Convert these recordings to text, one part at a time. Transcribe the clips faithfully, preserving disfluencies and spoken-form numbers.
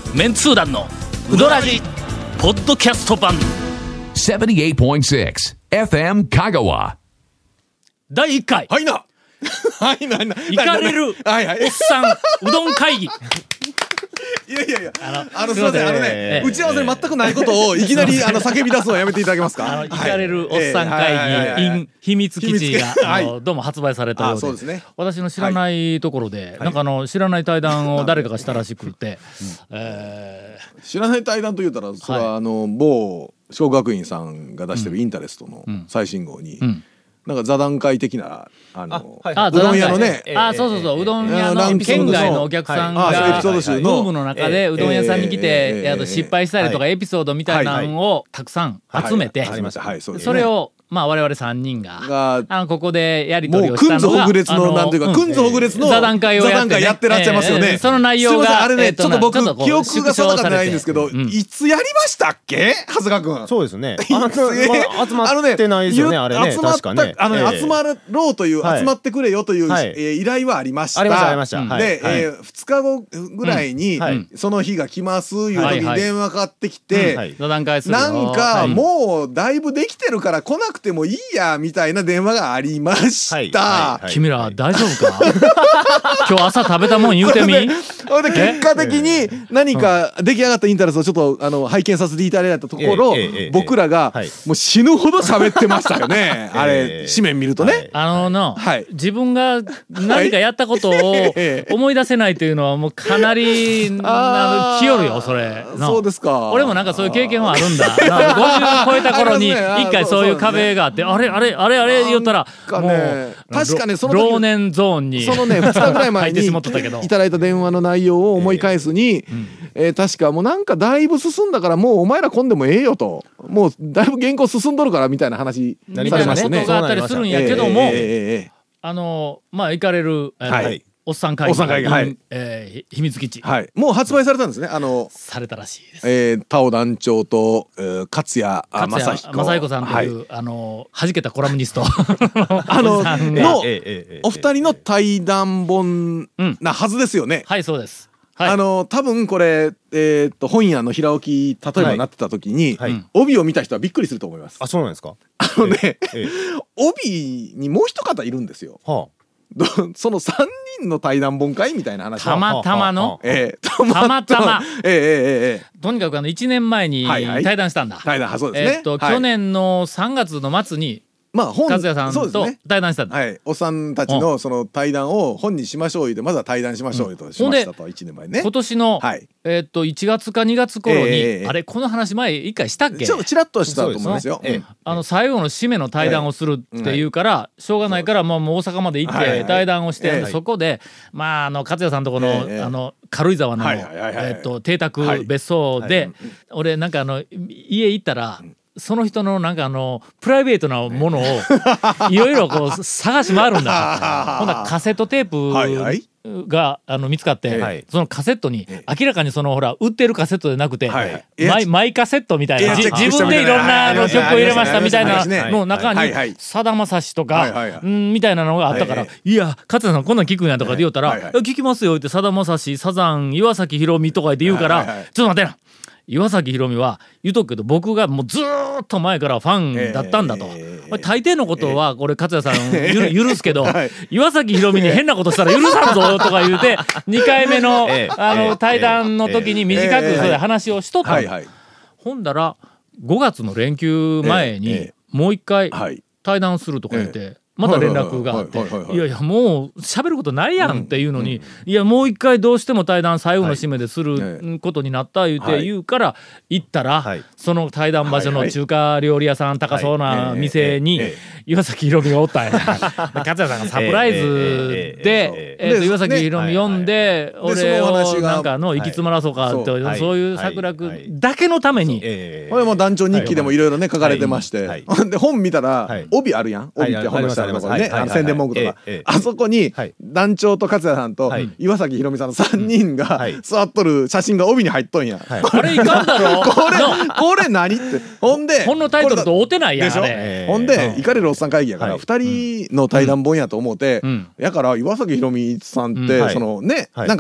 メンツー団のウドラジポッドキャスト版ななじゅうはちてんろく エフエム 香川だいいっかい、 はいなはいななイカれるおっはいはいさんうどん会議。 いやいやいやあのあのすいませんあのね、 ええ打ち合わせに全くないことをいきなりあの叫び出すのはやめていただけますか。 あのイカれるおっさんはいはいはいはい会議 in 秘密基地が秘密あのはどうも発売されたようで、 あそうですね私の知らないところで、なんかあの知らない対談を誰かがしたらしくて、えー知らない対談と言ったらそれはあの某四国学院さんが出してるインタレストの最新号に、 んなんか座談会的なあのはいあうどん屋のねあそうそうそううどん屋のランキングの県外のお客さんがはいあそうエピソード集のブームの中でうどん屋さんに来て、 ええあと失敗したりとかエピソードみたいなのをたくさん集めて、 はいはいありましたはいそうですねそれをまあ我々さんにんががあのここでやり取りもうをしたのがくんずほぐれつのなんていうかくんずほぐれつの座談会をやってね座談会やってらっしゃいますよね。 ええその内容がすいませんあれね、 えっとちょっと僕ちょっとこう記憶が定かってないんですけど、 縮小されてうんいつやりましたっけ長谷川君。 そうですね。あの、まあ集まあのねってないですよね、あれね。 集まった確かね。 あのね、 ええ集まろうという、 はい集まってくれよという、 はいえー依頼はありましたありましたありました。はいで、 はいえー、ふつかごぐらいに、 うんはいその日が来ますいう時はいはいに電話かかってきて、 うんはい座談会するよなんかはいもうだいぶできてるから来なくてもいいやみたいな電話がありました。 はいはいはい君ら大丈夫か今日朝食べたもん言うてみそれで結果的に何か出来上がったインタレスをちょっとあの拝見させていただいたところ、 ええええええ僕らがはいもう死ぬほど喋ってましたよね。あえれえ紙面見るとね。 はいあのの、 はい自分が何かやったことをええ思い出せないというのはもうかなりあの来よるよそれのそうですか。 俺もなんかそういう経験はあるんだなごじゅう超えた頃にありますね一回そういう壁があってあれあれあれあれ言ったらなんかもねう確かねその時老年ゾーンにそのねふつかぐらい前入ってにしまっとったけどいただいた電話の内容を思い返すに、えー確かもうなんかだいぶ進んだからもうお前ら来んでもええよともうだいぶ原稿進んどるからみたいな話さみたいなことれましたね。 があったりするんやけども、 ええええええあのまあ行かれる、えーはいおっさん会議おっさん会議はいえーひ秘密基地、 はいもう発売されたんですね。あのされたらしいです。 えー、田尾団長と、えー、勝谷あ勝谷正彦正彦さんという、 はい、 あの弾けたコラムニストあのおじさんがのええええええお二人の対談本なはずですよね。 はいそうです。はい、 あの多分これ、えーっと本屋の平置き例えばなってた時に、 はいはい帯を見た人はびっくりすると思います。 あ、そうなんですか。 あのね、 ええ帯にもう一方いるんですよ。 はどそのさんにんの対談本会みたいな話たまたまのええたまたまええええええとにかくあのいちねんまえにはいはい対談したんだ。 対談そうですねえっと、 はい去年のさんがつの末にまあ本和也さんとそうですね対談したんだ。 はい、おっさんたちのその対談を本にしましょう言うてまずは対談しましょう言うとしましたといちねんまえね今。年の、 はいえっといちがつかにがつ頃に、 ええあれこの話前一回したっけ？ ちょっとちらっとしたと思いますよ。 そうですねうんあの最後の締めの対談をするっていうから、しょうがないからもうもう大阪まで行っはいはいて対談をして、 ええそこでまああの勝也さんとこの、 ええあの軽井沢の、 はいはいはいはいえっと邸宅はい別荘で、俺なんかあの家行ったら、その人のなんかあのプライベートなものをいろいろこう探し回るんだ。ほんならカセットテープはいはいがあの見つかって、 はいそのカセットに明らかにそのほら売ってるカセットでなくて、 はいはいマイマイカセットみたいなじエアチェック自分でいろんなあの曲を入れましたみたいなの中にはいはいさだまさしとはいはいはいかうんみたいなのがあったからはい 「いや勝田さんこんなん聞くんや」とかで言うたらはいはい 「聞きますよ」ってさだまさしサザン岩崎宏美とか言って言うからはいはいはい 「ちょっと待ってな」岩崎宏美は言うとくけど僕がもうずーっと前からファンだったんだと、 えーまあ大抵のことはこれ勝也さんゆる許すけど、 はい岩崎宏美に変なことしたら許さんぞとか言うてにかいめのええあのええ対談の時に短くそれで話をしとったの、 はいはいほんだらごがつの連休前にええもう一回はい対談するとか言ってまた連絡があってはいはいはいはいいやいやもう喋ることないやんっていうのに、いやもう一回どうしても対談最後の締めですることになった言うてはい言うから行ったら、 はいその対談場所の中華料理屋さん高そうな店にはいええ岩崎宏美がおったんや勝也さんがサプライズええで、 えええーと岩崎宏美呼んではいはい俺でその話がをなんかの行き詰まらそうかって、 そうはいそういう策略だけのために、 ええこれも団長日記でもいろいろね書かれてまして、 はいで本見たら、 はい帯あるやん帯って本の下のところにね、 はいあの宣伝文句とか、 ええええあそこに、 はい団長と勝也さんと、 はい岩崎宏美さんのさんにんが、 はい座っとる写真が帯に入っとんや、 はいあれいかんだろこれのこれ何ってほんで本のタイトルと合うてないやんでしょ、 あれええほんで行かれるおっさん会議やから、 はいふたりの対談本やと思って、 うんやから岩崎宏美さんって、 うんそのね、 はいなんかあ、 うん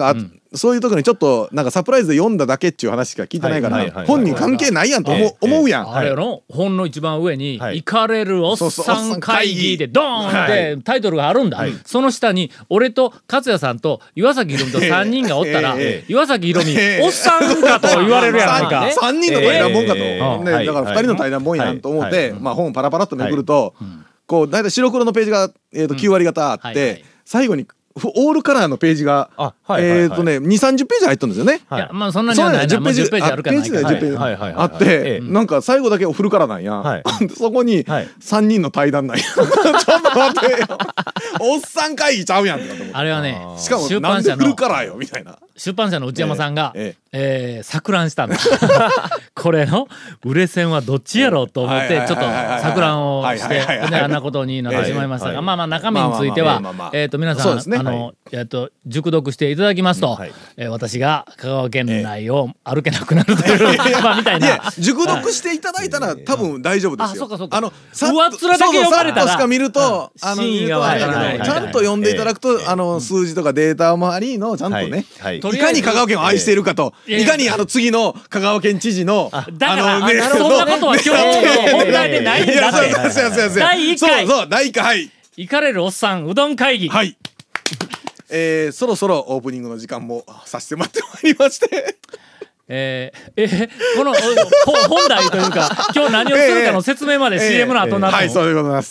そういうところにちょっとなんかサプライズで読んだだけっていう話しか聞いてないかはいはいはいはいら本人関係ないやんと思う思うやん。 あれの本の一番上に「 はいイカれるおっそうそうおっささんん会議会議」でドーンってタイトルがあるんだ、 はいその下に俺と勝也さんと岩崎宏美とさんにんがおったら、 ええ岩崎宏美、 ええおっさんかと言われるやないか、 さんさんにんの対談もんかと、 ええねはいだからふたりの対談もんやんと思って、 はいまあ、本パラパラっとめくると、こう大体白黒のページが、えー、ときゅう割方あって、 はいはい最後にオールカラーのページが、 あはいはいはいえっ、とねにじゅうさんじゅっページ入っとるんですよね。 いやまあそんなにはないな、まあ、じゅっページあるかないか、 ページでじゅっページはいはいはいはいあって、 ええなんか最後だけフルカラーなんや、 はいそこにはいさんにんの対談なんやちょっと待ってよおっさん会議ちゃうやんとかと思ってあれはねしかも出版社なんでフルのカラーよみたいな。 出版社の内山さんが、 ええー錯乱したんだこれの売れ線はどっちやろうと思ってはいちょっとはいはいはい錯乱をしてはいはいはいはいであんなことになってしまいましたが、 ええまあまあ中身についてはまあまあまあまあえっと皆さそうんですねあの、えっと熟読していただきますと、 はいえー私が香川県内を歩けなくなるという、まあみたいいやな。 熟読していただいたら多分大丈夫ですよ。 あそうかそうかあのさっと上っ面だけ読まれたらそうそうさっとしか見ると、 うんあの真意がわからない見るとあれだけどちゃんと読んでいただくと、あの数字とかデータもありのちゃんとね、 はいいかに香川県を愛しているかと、 いやいやいかにあの次の香川県知事のだからあのねあそんなことは今日の本題でないんいやそうだって。 そうそうそうそう第一回そうそう第一回はい行かれるおっさんうどん会議。 はい。えー、そろそろオープニングの時間もさせてもらってまいりましてえー、えーこのおほ本題というか今日何をするかの説明まで シーエム の後になったの、 はいそうでございます。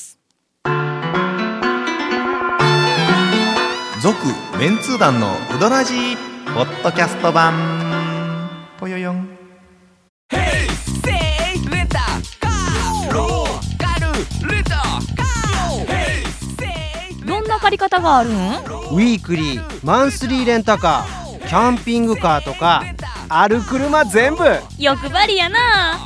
続メンツー団のウドラジーポッドキャスト版ぽよよん。 どんな借り方があるん？ ウィークリーマンスリーレンタカーキャンピングカーとかある車全部。 欲張りやな。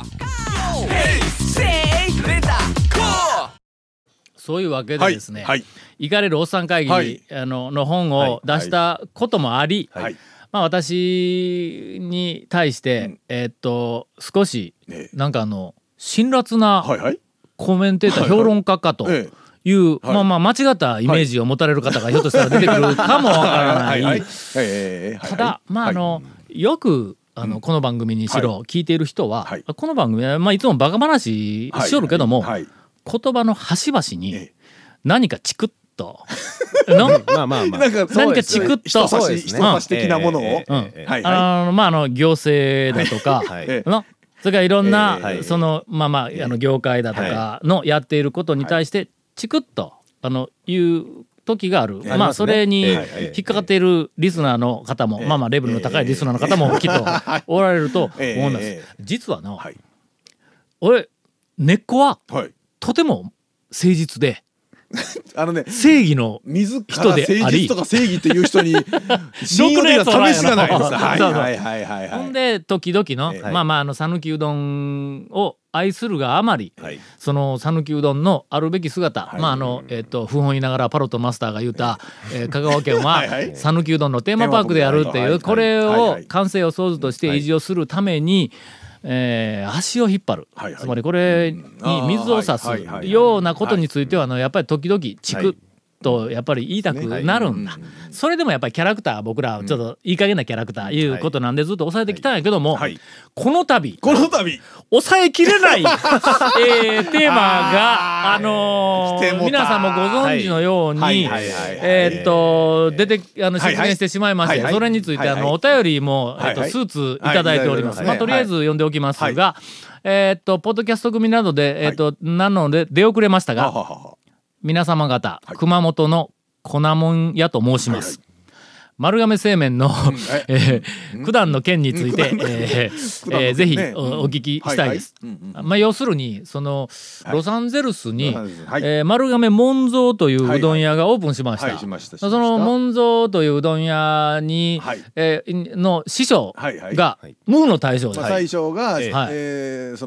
そういうわけでですね、 はいはい行かれるおっさん会議、 はいあのの本を出したこともあり、 はいまあ、私に対して、えーっと少しねなんかあの辛辣なはいはいコメンテーター、 はいはい評論家かとえいう、 はいまあまあ間違ったイメージを持たれる方がひょっとしたら出てくるかもわからない。 はいはいえーただ、まああの、よくあの、この番組にしろ、聞いている人は、 はいこの番組は、まあ、いつもバカ話はいしよるけども、 はい言葉の端々にええ何かチクッとのまあまあまあなんか何かチクッと人差しそうですね人差し的なものを、 ええうんええはいはいあのまああの行政だとか、 はいええのそれからいろんな、 ええそのまあまああの業界だとかのやっていることに対してチクッとあのいう時がある、まあそれにええ引っかかっているリスナーの方も、まあまあレベルの高いリスナーの方もきっとおられると思うんです、 ええ実はの、 はい俺根っこははいとても誠実であのね正義の自ら人であり誠実とか正義っていう人に信用的な試しがないです。はいそうそうはいはいはいはい。 ほんで時々の、 ええまあまああの讃岐うどんを愛するがあまり、 はいその讃岐うどんのあるべき姿、 いまああのえっ、と不本言いながらパロットマスターが言うた、えー香川県ははいはい讃岐うどんのテーマパークであるっていう、 はいはいこれをはいはい完成を想像として維持をするために、えー足を引っ張る、 はいはいつまりこれに水を差すはいはいはいようなことについてはあのやっぱり時々チクッとやっぱり言いたくなるんだ、それでもやっぱりキャラクター僕らちょっといい加減なキャラクターいうことなんでずっと抑えてきたんやけども、 はいこの度この度抑えきれない、えーテーマがあのー来てもた皆さんもご存知のように、 はいはいはいはいえーっと出てあのはいはい出現してしまいまして、 はいはいそれについてあの、 はいはいお便りも、えーっとはいはいスーツいただいております、 はいまあ、とりあえず読んでおきますが、 はえーっとポッドキャスト組などで、えーっとなので出遅れましたが、 はははは皆様方、 はい熊本の粉もん屋と申します、丸亀製麺の、えー九段の件について、えー九段の件ねえーぜひうんおお聞きしたいです。 はいはいうんうんまあ、要するにその、 はいロサンゼルスに、 ロサンゼルスはいえー丸亀門蔵といううどん屋がオープンしました。 はいしましたしそましたの門蔵といううどん屋に、 はいえーの師匠はいはいがはい無の大将です。 まあ、最初が、 えええーその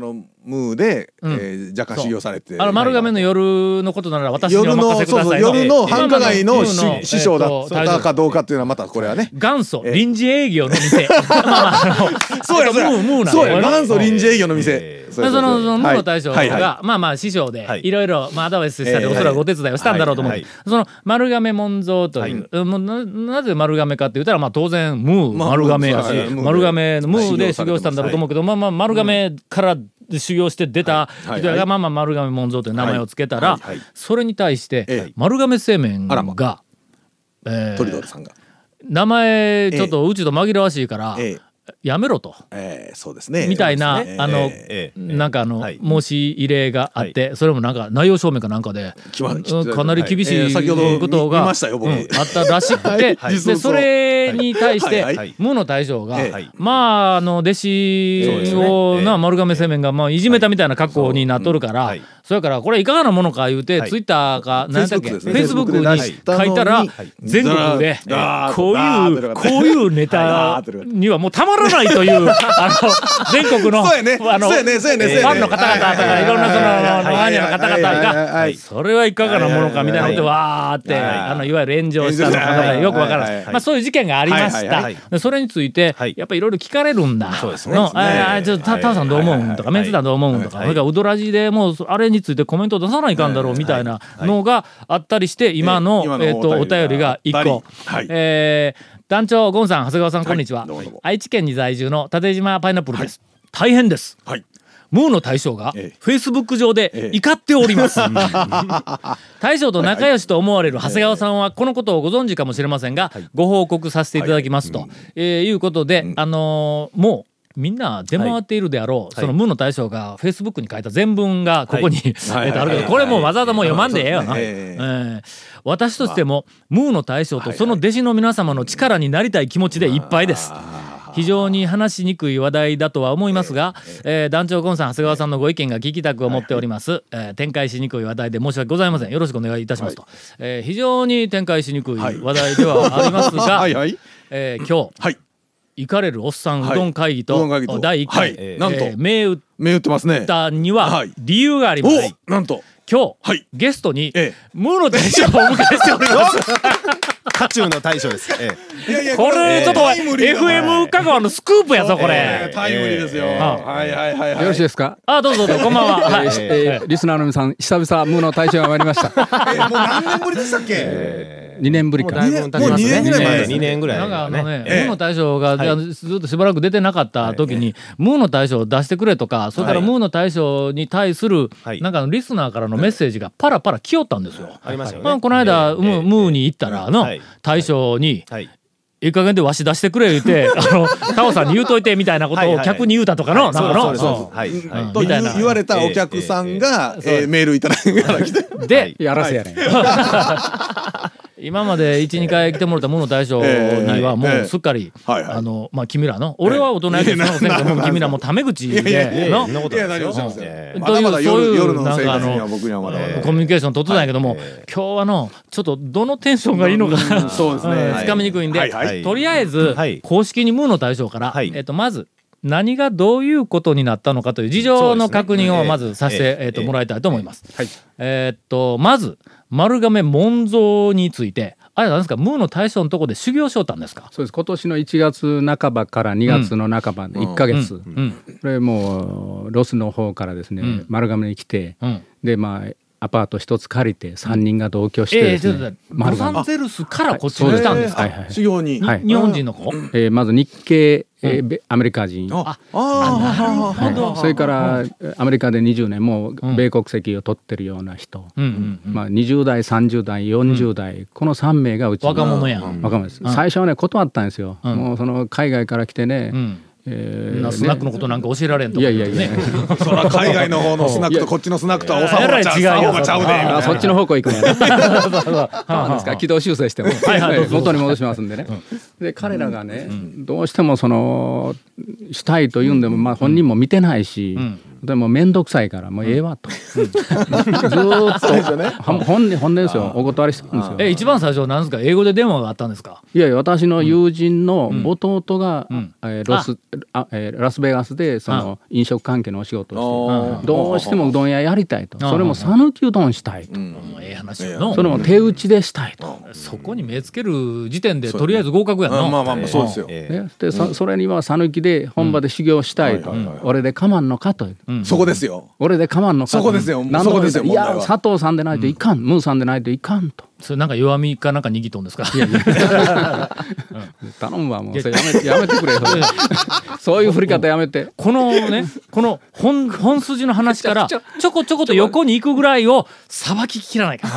ムーで、 うんえー、若干修行されてあの丸亀の夜のことなら私にお夜の任せくださいそうそう夜の繁華街のえー師ムーの師匠だえーとったかどうかっていうのはまたこれはね元祖臨時営業の店まあまああのそうやそうやムームーなんそうやこれ元祖臨時営業の店、 えーそうやそのそのムーのはい大将はいはいがまあまあ師匠ではいいろいろまあアドバイスしたりえーおそらくお手伝いをしたんだろうと思うはいその丸亀門蔵といううんもうななぜ丸亀かって言ったらまあ当然ムーまあ丸亀やしはいはいムーで丸亀のムーで修行したんだろうと思うけどまあまあ丸亀から修行して出たはい人がまあまあ丸亀門蔵という名前をつけたらはいはいそれに対してええ丸亀製麺あらまがえートリドルさんが名前ちょっとうちと紛らわしいからええやめろと。 えー、そうですねみたいな、 そうですねあの、 えええなんかあの、 はい申し入れがあって、それもなんか内容証明かなんかで、 決まうんかなり厳しいえー先ほどことが、 見ましたよ僕うんあったらしくて、 はいで実物をそれに対して、 はいはい無の大将が、 ええまああの弟子を、 そうですねな丸亀製麺がまあいじめたみたいな格好になっとるから、 はいそれからこれいかがなものか言うて、 はいツイッターか何やったっけ、 Facebook ですねフェイスブック Facebook でに出したのに書いたら、 はい全国でダーッとこうダーッというこういうネタにはもうたまらないというあの全国のそうやねあのそうやねそうやねそうやねファンの方々とかいろんなそのはいマニアの方々 はいはいがはいそれはいかがなものかみたいなことでわーってはいあのいわゆる炎上したのかはいはいよくわからはいはいないまあそういう事件がありましはいたはいでそれについてはいやっぱりいろいろ聞かれるんだそうですねのああちょっとタタオさんどう思うんとかメンツ団どう思うんとかそれからウドラジでもうあれについてコメント出さないかんだろうみたいなのがあったりして今の今のえっとお便りがいっこはいえー団長ゴンさん長谷川さんこんにちはどうもどうも愛知県に在住の立島パイナップルです大変ですはいムーの大将がええフェイスブック上で怒っております、大将と仲良しと思われる長谷川さんはこのことをご存知かもしれませんが、ご報告させていただきますと、えーいうことで、あのーもうみんな出回っているであろう、そのムーの大将がフェイスブックに書いた全文がここに、えーとあるけどこれもうわざわざもう読まんでええよな、 はいえー私としてもムーの大将とその弟子の皆様の力になりたい気持ちでいっぱいです。非常に話しにくい話題だとは思いますが、えー団長ゴンさん長谷川さんのご意見が聞きたく思っております、えー展開しにくい話題で申し訳ございませんよろしくお願いいたしますと、えー非常に展開しにくい話題ではありますが、 はいはいえー今日はい行かれるおっさんうはいどん会議うどとん会議とだいいっかい、 はいえーなんと銘打っ目打ってますねたにははい理由があります、 おなんと今日、 はいゲストに、 ええムーの大将をお迎えしております渦中の大将です。えいやいやこれちょっとタイムリーなエフエム 香川のスクープやぞこれえータイムリーですよはいはいはいはいよろしいですか。 あどうぞどうぞこんばんは、はいえーリスナーの皆さん、久々無の大将が参りました。 えもう何年ぶりでしたっけにねんぶりか。 だいぶ経ちますね。 もうにねんぐらい前ですねにねんぐらいなんかあのね、 ええムーの大将が、じゃあずっとしばらく出てなかった時に、ムーの大将を出してくれとか、それからはいムーの大将に対する、 はいなんかリスナーからのメッセージがパラパラ来よったんですよ。 ありましたよね。 まあ、この間、 ええムームーに行ったらの、 はい大将に、 はい。 いい加減でわし出してくれ言うて、あの、タオさんに言うといてみたいなことをはいはい客に言うたとかの、なんかの、 そうですそうですはいうんはい。 とみたいな言われたお客さんがえええええーメールいただいてから来てうんで、 やらせやねん。 今までいち、にかい来てもらったムーの大将にはもうすっかり、 はいはいあの、まあ、君らの、俺は大人やけど、そのせんもう君らもうタメ口で、のそんなこといやないですよ何をおっしゃいますよええまだまだそういう夜夜のなんかあの生活には僕にはまだまだコミュニケーション取ってたんやけども、今日はのちょっとどのテンションがいいのかそうですねんつかみにくいんで、 はいはいとりあえず、 はい公式にムーの大将から、 はいえっとまず何がどういうことになったのかという事情の確認をまずさせて、 えええっともらいたいと思います。 はいえっとまず丸亀門蔵についてあれなんですかムーの大将のところで修行しよったんですか。 そうです。今年のいちがつなかばからにがつの半ばでいっかげつ。 うんうんこれもうロスの方からですね、 ん丸亀に来て、 うんでまあアパート一つ借りてさんにんが同居してえー、 ですね、 ちょっと待ってロ丸亀サンゼルスからこっちに来たんですか。 はいはい修行にはい日本人の子、 えーまず日系、えーべアメリカ人、 ああなるほどはいそれからアメリカでにじゅうねんもううん米国籍を取ってるような人、 うんうんうんまあ、にじゅうだいさんじゅうだいよんじゅうだい、このさんめいがうちの若者やん。 若者です、 うん最初はね断ったんですよ、 うんもうその海外から来てね、 うんえーなスナックのことなんか教えられんといかやいやいや、 そら海外の方のスナックとこっちのスナックとはおさほがちゃうえらい違いやさほがちゃうでみたいなあそっちの方向行くねそうそうそうなんですか軌道修正しても、 はいはいどうぞ元に戻しますんでね、で彼らがね、どうしてもそのしたいと言うんでも、まあ、本人も見てないし、うん、でも面倒くさいからもうええわと、うん、ずーっと、ね、本音本音ですよ。お断りしたんですよ。 え一番最初なんですか、英語で電話があったんですか。 いやいや、私の友人の弟が、うんえー、ロスあ、えー、ラスベガスでその飲食関係のお仕事をして、どうしてもうどん屋やりたいと、それも讃岐うどんしたいと、うんええ話よの、それも手打ちでしたいと、 そこに目つける時点でとりあえず合格やの。 まあまあまあそうですよ。 ね、で そ, それには讃岐で本場で修行したいと、うんはいはいはい、俺でかまんのかと、 うん、そこですよ。 俺でかまんのかと、 そこですよ。そこですよ。 いや佐藤さんでないといかん、うん、ムーさんでないといかんと。 それなんか弱みかなんか握っとんですか。いやいや頼むわもうそれやめてやめてくれそういう振り方やめて。 このねこの 本, 本筋の話からちょこちょこと横に行くぐらいをさばききらないか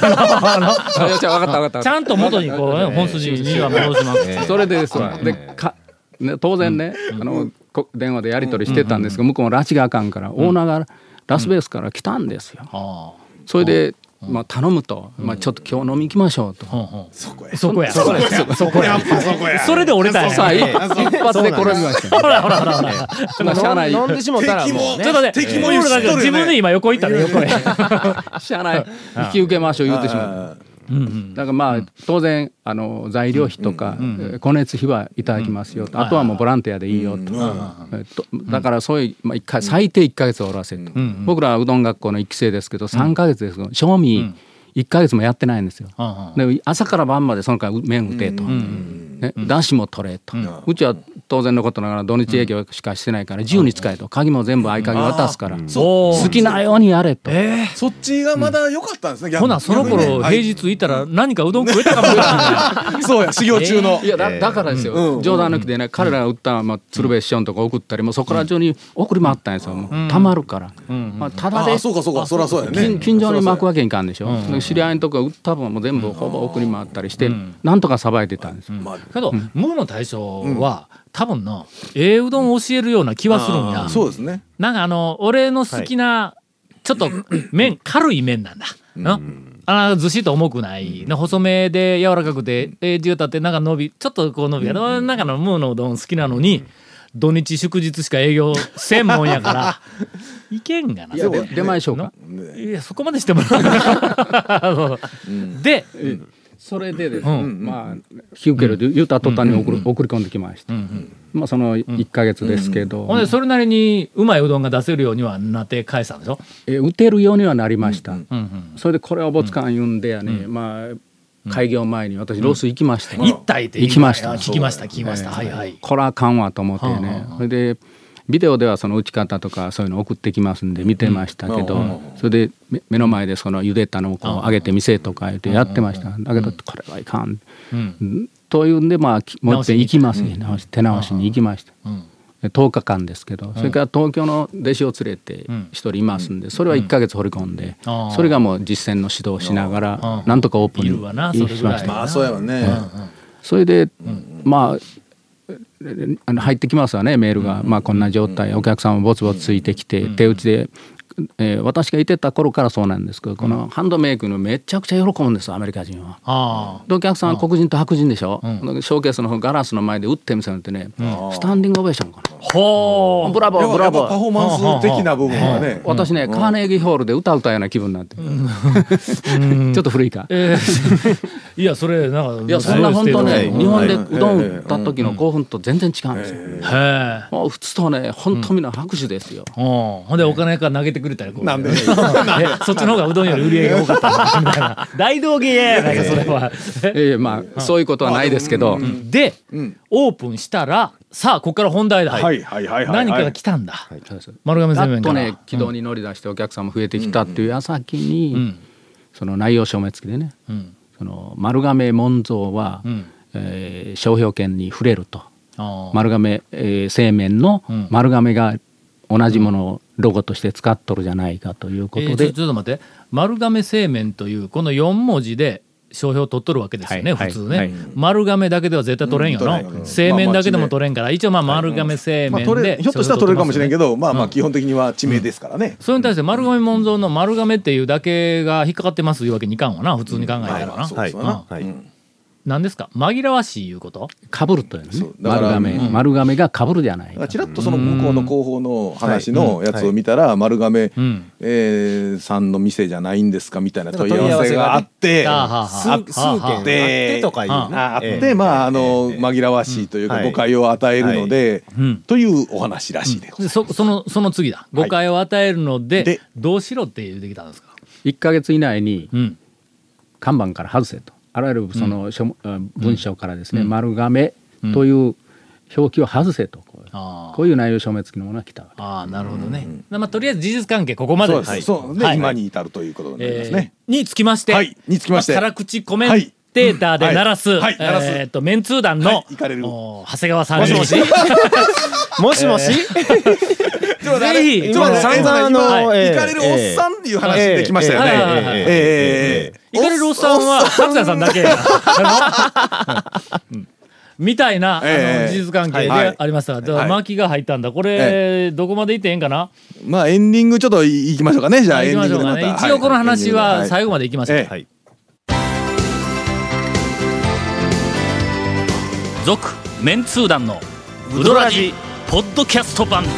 ちゃんと元にこう、ね、本筋には戻します、えー、 それでですわ、えー、でかね、当然ね、うん、あの電話でやり取りしてたんですが、うん、向こうも拉致があかんから、うん、オーナーがラスベガスから来たんですよ、うん、それでまあ、頼むと、まあ、ちょっと今日飲み行きましょうと、うんうん、 そこやそこやそこやそこやそれで折れたんや。 さあ一発で転びました。ほらほらほらほらまあ車内飲んでしもたらもうね、 ちょっとね敵も言うとるね、自分で今横行ったね横へ車内引き受けましょう言ってしまう。うんうん、だからまあ当然あの材料費とか光熱費はいただきますよと、あとはもうボランティアでいいよと、だからそういうまあいっかい最低いっかげつおらせと、僕らはうどん学校のいっき生ですけどさんかげつですけど賞味いっかげつもやってないんですよ。で朝から晩までその間麺打てと、ね、だしも取れと、うちは当然のことながら土日営業しかしてないから自由に使えと、鍵も全部合鍵渡すから好きなようにやれと、 えー、そっちがまだ良かったんですね、 うん、ほなその頃平日いたら何かうどん食えたかもしれないそうや修行中の、 いや だ, だからですよ、うん、冗談抜きでね、彼らが売った、まあ、鶴瓶師匠のとこ送ったりもそこら中に送り回ったんですよ、もうたまるから、うんまあ、ただで、 あそうかそうかそりゃそうやね、 近所に巻くわけにいかんでしょ、うん、知り合いのとこが売った分も全部ほぼ送り回ったりして、うん、なんとかさばいてたんですよ、うんまあ、 けど、うん、無の大将は、うん、多分のええうどんを教えるような気はするんや。 そうですね。 なんかあの俺の好きな、はい、ちょっと麺軽い麺なんだ、うん、あずしっと重くない、うん、細めで柔らかくてえー、牛ってなんか伸びちょっとこう伸びが、うん、なんかの無のうどん好きなのに、うん、土日祝日しか営業専門やからいけんがな。 いや出前しょうか。 いやそこまでしてもらうで、うんそれでですね、うん、まあ引き受けると言うた途端に送り、うん、送り込んできました、うんうん、まあそのいっかげつですけど、ほんでそれなりにうまいうどんが出せるようにはなって返したんでしょ。 え打てるようにはなりました、うんうんうん、それでこれおぼつかん言うんでやね、うん、まあ開業前に私ロス行きました、 うん、行ったって行きました聞きました聞きました、えー、はいはいこれはあかんわと思ってね、それでビデオではその打ち方とかそういうの送ってきますんで見てましたけど、うん、それで目の前でその茹でたのをこう揚げて見せとか言ってやってました。だけどこれはいかん、うん、というんでまあもう一遍行きますね、手直しに行きました、うん、とおかかんですけど、それから東京の弟子を連れて一人いますんで、それはいっかげつ掘り込んで、それがもう実践の指導をしながらなんとかオープンにしました。 まあそうやわね、 それでまああの入ってきますわねメールが、まあ、こんな状態、お客さんもぼつぼつついてきて手打ちで、えー、私がいてた頃からそうなんですけど、このハンドメイクのめちゃくちゃ喜ぶんですアメリカ人は。あでお客さんは黒人と白人でしょ、うん、ショーケースのガラスの前で打ってみせるってね、うん、スタンディングオベーションかな。ほーブラボーブラボーパフォーマンス的な部分はね、 私ね、うん、カーネギーホールで歌歌うような気分になって、うん、ちょっと古いか、えー、いやそれなんかいやそんな本当ね、日本でうどん打った時の興奮と全然違うんですよ、えー、もう普通とね本当みんな拍手ですよ、 うん、ほんでお金から投げてくれたりこうなんでそっちの方がうどんより売り上げが多かったみたいな大道芸やないかそれは、 えー、まあそういうことはないですけど、 で、うん、オープンしたらさあここから本題だ、はいはいはいはいはい、何かが来たんだ、はい、丸亀製麺からやっとね軌道に乗り出してお客さんも増えてきたっていう矢先に、うん、その内容証明付きでね、うん、その丸亀門蔵は、うんえー、商標権に触れると、丸亀、えー、製麺の丸亀が同じものをロゴとして使っとるじゃないかということで、えー、ちょ、ちょっと待って、丸亀製麺というこのよん文字で商標取っとるわけですよね、はい、普通ね、はい、丸亀だけでは絶対取れんよな、うん、製麺だけでも取れんから、一応まあ丸亀製麺で、まあ、 ひょっとしたら取れるかもしれんけど、まあまあ基本的には地名ですからね、うんうん、それに対して丸亀門蔵の丸亀っていうだけが引っかかってますいうわけにいかんわな、普通に考えたらな、 うんはいはいはい、 うん、 何ですか紛らわしいいうことかぶるというねだから丸亀、うん、丸亀がかぶるじゃないか。 ちらっとその向こうの広報の話のやつを見たら、丸亀、うんえー、さんの店じゃないんですかみたいな問い合わせがあって数件でとかいうあって、まああの紛らわしいというか誤解を与えるのでというお話らしいです。そそのその次だ。誤解を与えるのでどうしろって言ってきたんですか。 いっかげつ以内に看板から外せと。あらゆるその書、うん、文章からですね、うん、丸亀という表記を外せとこういう、こういう内容証明付きのものが来たわけです。 ああなるほどね、うん、まあ、とりあえず事実関係ここまでです。 そうそうで、はい、今に至るということになりますね、 えー、につきまして、 はい、につきまして辛口コメンテーターで鳴らす、 はいはいはい、 えー、とメンツー団の、はい、長谷川さんにもしもしもしもしぜひ今散々あの行かれるおっさんっていう話できましたよね。 行かれるおっさんは勝谷さんだけみたいなあの事実関係でありましたが、巻きが入ったんだ。これどこまでいってええんかな。 まあエンディングちょっと行きましょうかね。じゃあ行きましょうかね。一応この話は最後まで行きましょう。続メンツー団のウドラジポッドキャスト版。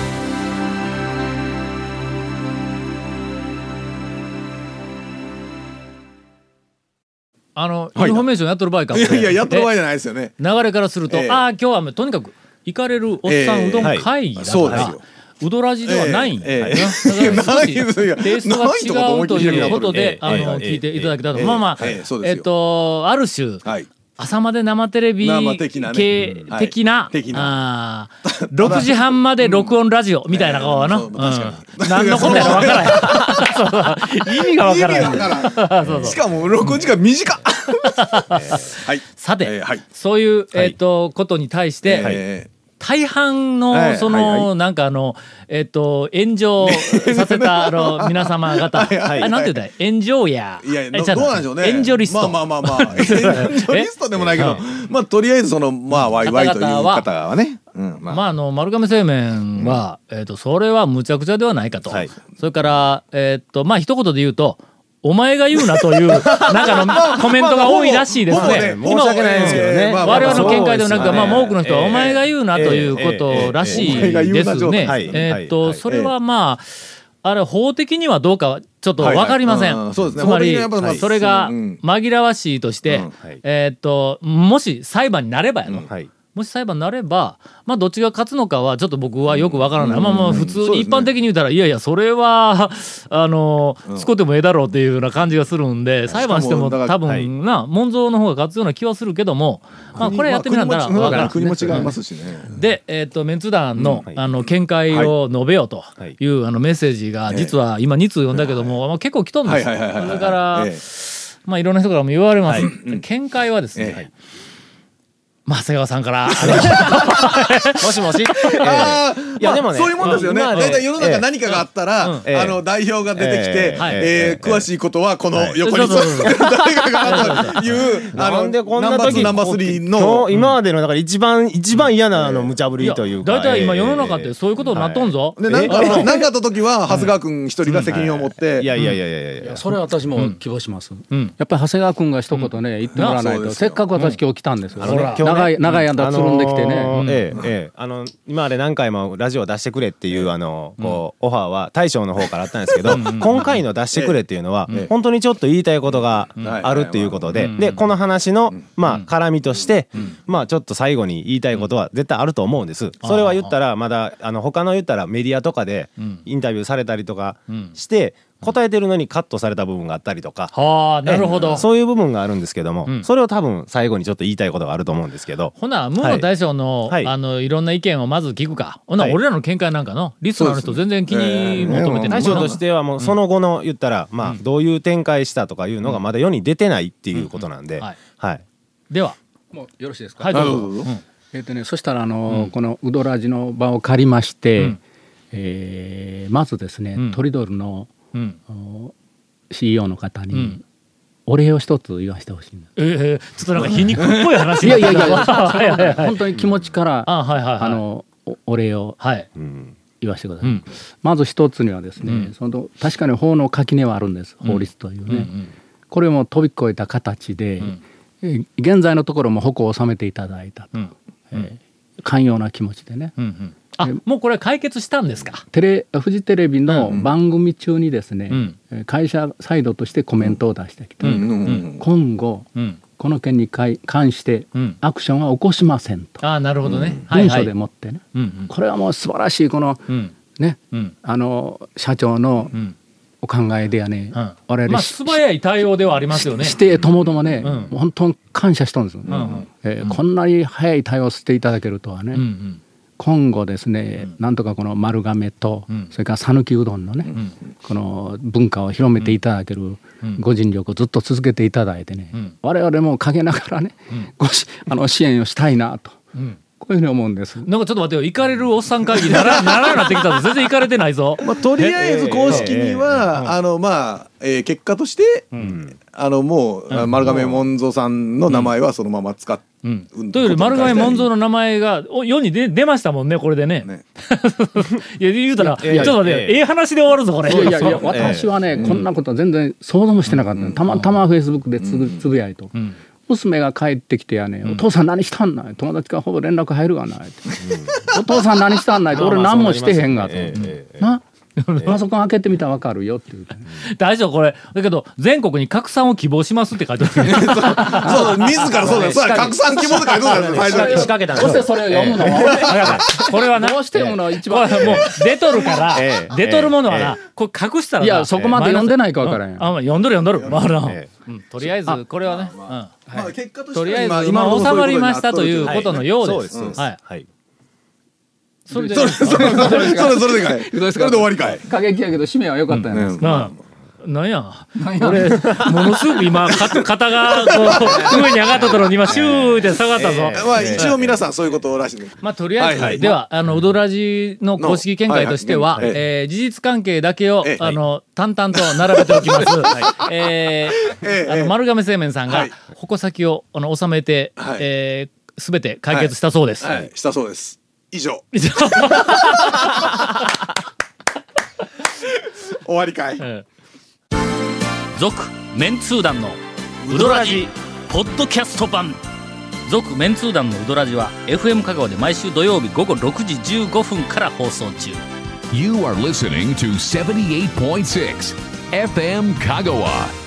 あの、はい、インフォメーションやっとる場合か。 いやいややっとる場合じゃないですよね。 流れからすると、えー、ああ今日はとにかく行かれるおっさんうどん会議だから、えー、そうですよ。ウドラジではないんだよ、えーえー、だから少しテイストが違うということで、あの聞いていただけたと、まあまあえっとある種、はい、朝まで生テレビ系的なろくじはんまで録音ラジオみたいな顔はな、何のことやら分からない意味が分からないしかも録音時間短っさてそういうえっとことに対して大半のそのなんかあのえっと炎上させたあの皆様方あれなんて言ったら炎上やいやどうなんでしょうね。 炎上リストまあまあまあまあ炎上リストでもないけどまあとりあえずそのまあワイワイという方はねまああの丸亀製麺はえっとそれはむちゃくちゃではないかと。それからえっとまあ一言で言うとお前が言うなというなんかのコメントが多いらしいですね。 申し訳ないですけどね。 我々の見解ではなくて、まあ多くの人はお前が言うなということらしいですね。えっとそれはまああれ法的にはどうかはちょっと分かりません。つまりそれが紛らわしいとしてえっともし裁判になればやの。もし裁判になれば、まあ、どっちが勝つのかはちょっと僕はよくわからない、まあまあ普通に一般的に言ったら、いやいやそれはあの使ってもええだろうっていうような感じがするんで、裁判しても多分な門蔵の方が勝つような気はするけども、まあこれやってみたら分からん。 国も違いますしね。 で、えっとメンツ団のあの見解を述べようというあのメッセージが実は今に通読んだけども結構来とんですよ。それからまあいろんな人からも言われます。見解はですね。長谷川さんからもしもし、 あいやでもねそういうもんですよね。だいたい世の中何かがあったらあの代表が出てきてえ詳しいことはこの横に誰かがというなんでこんな時ナンバースリーの今までのだから一番一番嫌なあの無茶ぶりというか、 だいたい今世の中ってそういうことになっとんぞ。 でなんかなんかあった時は長谷川君一人が責任を持っていやいやいやいやいやそれは私も希望します。やっぱり長谷川君が一言ね言ってもらわないと、せっかく私今日来たんですよ。長い長い間つるんできてね、 あのーええええ、あの今まで何回もラジオ出してくれっていうあのこうオファーは大将の方からあったんですけど、今回の出してくれっていうのは本当にちょっと言いたいことがあるっていうことで、でこの話のまあ絡みとしてまあちょっと最後に言いたいことは絶対あると思うんです。それは言ったらまだあの他の言ったらメディアとかでインタビューされたりとかして答えてるのにカットされた部分があったりとか、 はあ、なるほど、 そういう部分があるんですけども、うん、それを多分最後にちょっと言いたいことがあると思うんですけど、 ほなムーの大将の、はい、あのいろんな意見をまず聞くか。ほな、はい、俺らの見解なんかのリスナーの人全然気に求めてない。 大将としてはもうその後の言ったら、うん、まあどういう展開したとかいうのがまだ世に出てないっていうことなんで、うんうん、はい、はい、 ではもうよろしいですか。 はい、どうぞ。うん、 えーとね、そしたらあの、うん、このウドラジの場を借りまして、うん、えー、まずですね、うん、トリドルの、うん、シーイーオー の方にお礼を一つ言わせてほしいんです。 えー、ちょっとなんか皮肉っぽい話。 いやいやいや本当に気持ちからあ、はいはいはい、あの お, お礼を言わせてください。うん、まず一つにはですね、うん、その確かに法の垣根はあるんです、法律というね、うんうんうん、これも飛び越えた形で、うん、 えー現在のところも矛を収めていただいたと、 うんえー寛容な気持ちでね、 うんうんあもうこれ解決したんですか。 テレフジテレビの番組中にですね、 うんえー会社サイドとしてコメントを出してきて、 うんうん今後うんこの件に関してうんアクションは起こしませんと、 ああなるほどね、はいはい文書でもってね、 うんうんこれはもう素晴らしいこのうんね、 うんあの社長のうんお考えでやね、 うん我々 まあ素早い対応ではありますよね。 してともどもね、 うんもう本当に感謝したんですよ、 うんうんえーこんなに早い対応していただけるとはね、 うんうん今後ですね、なんとかこの丸亀と、 うんそれから讃岐うどんのね、 んこの文化を広めていただけるご尽力をずっと続けていただいてね、 うん我々も陰ながらね、ごしあの支援をしたいなと、 うんこういうふうに思うんです。 なんかちょっと待ってよ、行かれるおっさん会議ならならなくなってきたぞ。全然行かれてないぞ。 まあ、とりあえず公式には、あのまあ、えー結果として、あのもう、 うん丸亀門蔵さんの名前はそのまま使っうんうんというより丸亀門蔵の名前がお世に出出ましたもんねこれでね。 ねいや言うたら、 いやいやちょっと待ってよ、 ええええ話で終わるぞこれ。 いやいやいや私はね、こんなことは全然想像もしてなかった、たまたまフェイスブックでつぶつぶやいと、 ん娘が帰ってきてやね、お父さん何したんない、友達からほぼ連絡入るがない、お父さん何したんないって、俺何もしてへんがと、 ええええなパソコン開けてみたら分かるよって言うて、 大丈夫これだけど全国に拡散を希望しますって書いてある。 そう自らそうだよそうだ拡散希望で書いてたんだよ最初に仕掛けたんそしてそれを読むのは、 これはなどうして読むのは一番、 これもう出とるから、 ええ出とるものはな、これ隠したらな。 いやそこまで読んでないか分からんよ、 あ、まあ読んどる読んどる。まあなえうんとりあえずこれはね、うんまあ結果としてとりあえず今今の収まりましたというはことのようそうで。 ですすそうですはい。 はいそれでそれそれそれそれそれでかいそどうですかれで終わりかい過激やけど締めは良かったんやないですか、 なあなんや俺ものすごく今か肩がこう上に上がったところに今シューって下がったぞ。 まあ一応皆さんそういうことらしいねまあとりあえず、 はいはいではあのウドラジの公式見解としては、 はいはいえー事実関係だけを、 ええあの淡々と並べておきます。えーええあの丸亀製麺さんがはい矛先をあの収めて、 はいえー、全て解決したそうです。 はいしたそうです以上終わりかい続メンツー団のウドラジポッドキャスト版続メンツー団のウドラジは エフエム 香川で毎週土曜日午後ろくじじゅうごふんから放送中。 You are listening to seventy-eight point six エフエム Kagawa.